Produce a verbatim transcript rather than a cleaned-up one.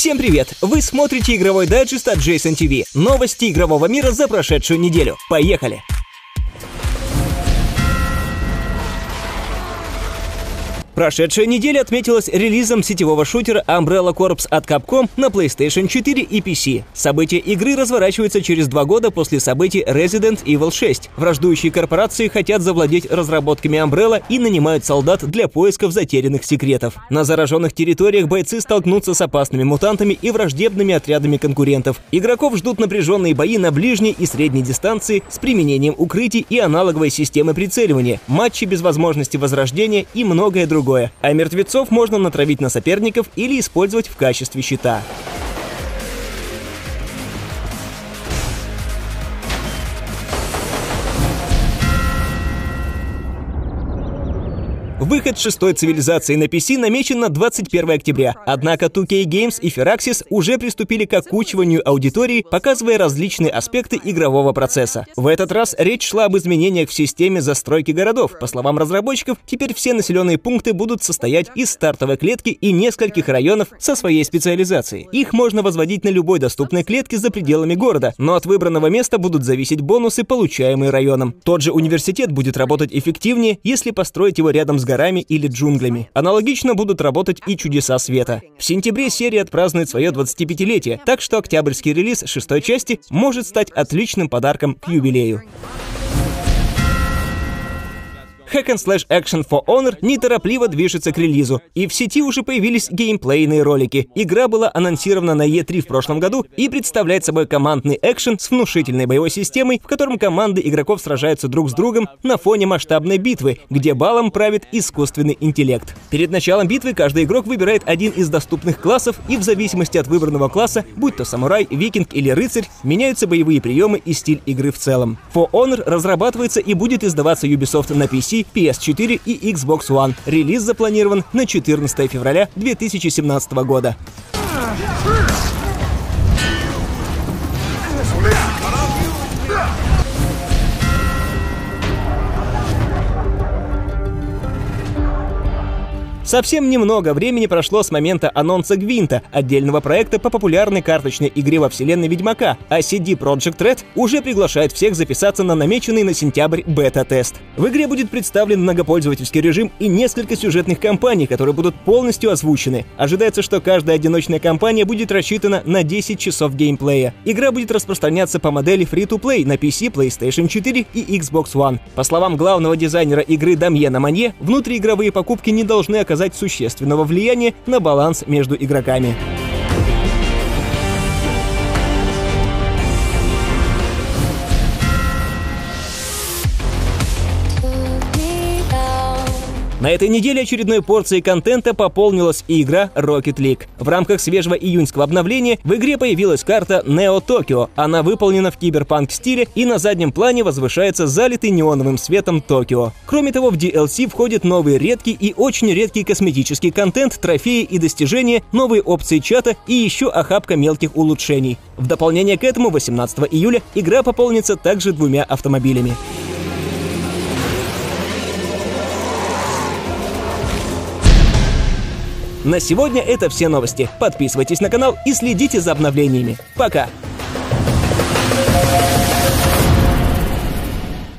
Всем привет! Вы смотрите игровой дайджест от Джейсон ти ви. Новости игрового мира за прошедшую неделю. Поехали! Прошедшая неделя отметилась релизом сетевого шутера Umbrella Corps от Capcom на PlayStation четыре и пи си. События игры разворачиваются через два года после событий Resident Evil шесть. Враждующие корпорации хотят завладеть разработками Umbrella и нанимают солдат для поисков затерянных секретов. На зараженных территориях бойцы столкнутся с опасными мутантами и враждебными отрядами конкурентов. Игроков ждут напряженные бои на ближней и средней дистанции с применением укрытий и аналоговой системы прицеливания, матчи без возможности возрождения и многое другое. А мертвецов можно натравить на соперников или использовать в качестве щита. Выход шестой цивилизации на пи си намечен на двадцать первое октября, однако ту кей Games и Firaxis уже приступили к окучиванию аудитории, показывая различные аспекты игрового процесса. В этот раз речь шла об изменениях в системе застройки городов. По словам разработчиков, теперь все населенные пункты будут состоять из стартовой клетки и нескольких районов со своей специализацией. Их можно возводить на любой доступной клетке за пределами города, но от выбранного места будут зависеть бонусы, получаемые районом. Тот же университет будет работать эффективнее, если построить его рядом с горами или джунглями. Аналогично будут работать и чудеса света. В сентябре серия отпразднует свое двадцатипятилетие, так что октябрьский релиз шестой части может стать отличным подарком к юбилею. Hack and Slash Action For Honor неторопливо движется к релизу, и в сети уже появились геймплейные ролики. Игра была анонсирована на и три в прошлом году и представляет собой командный экшен с внушительной боевой системой, в котором команды игроков сражаются друг с другом на фоне масштабной битвы, где балом правит искусственный интеллект. Перед началом битвы каждый игрок выбирает один из доступных классов, и в зависимости от выбранного класса, будь то самурай, викинг или рыцарь, меняются боевые приемы и стиль игры в целом. For Honor разрабатывается и будет издаваться Ubisoft на пи си, пи эс четыре и Xbox One. Релиз запланирован на четырнадцатое февраля две тысячи семнадцатого года. Совсем немного времени прошло с момента анонса Гвинта, отдельного проекта по популярной карточной игре во вселенной Ведьмака, а си ди Projekt Red уже приглашает всех записаться на намеченный на сентябрь бета-тест. В игре будет представлен многопользовательский режим и несколько сюжетных кампаний, которые будут полностью озвучены. Ожидается, что каждая одиночная кампания будет рассчитана на десять часов геймплея. Игра будет распространяться по модели Free-to-Play на пи си, PlayStation четыре и Xbox One. По словам главного дизайнера игры Дамьена Манье, внутриигровые покупки не должны оказать существенного влияния на баланс между игроками. На этой неделе очередной порцией контента пополнилась и игра Rocket League. В рамках свежего июньского обновления в игре появилась карта Neo Tokyo. Она выполнена в киберпанк-стиле, и на заднем плане возвышается залитый неоновым светом Токио. Кроме того, в ди эл си входит новый редкий и очень редкий косметический контент, трофеи и достижения, новые опции чата и еще охапка мелких улучшений. В дополнение к этому восемнадцатого июля игра пополнится также двумя автомобилями. На сегодня это все новости. Подписывайтесь на канал и следите за обновлениями. Пока!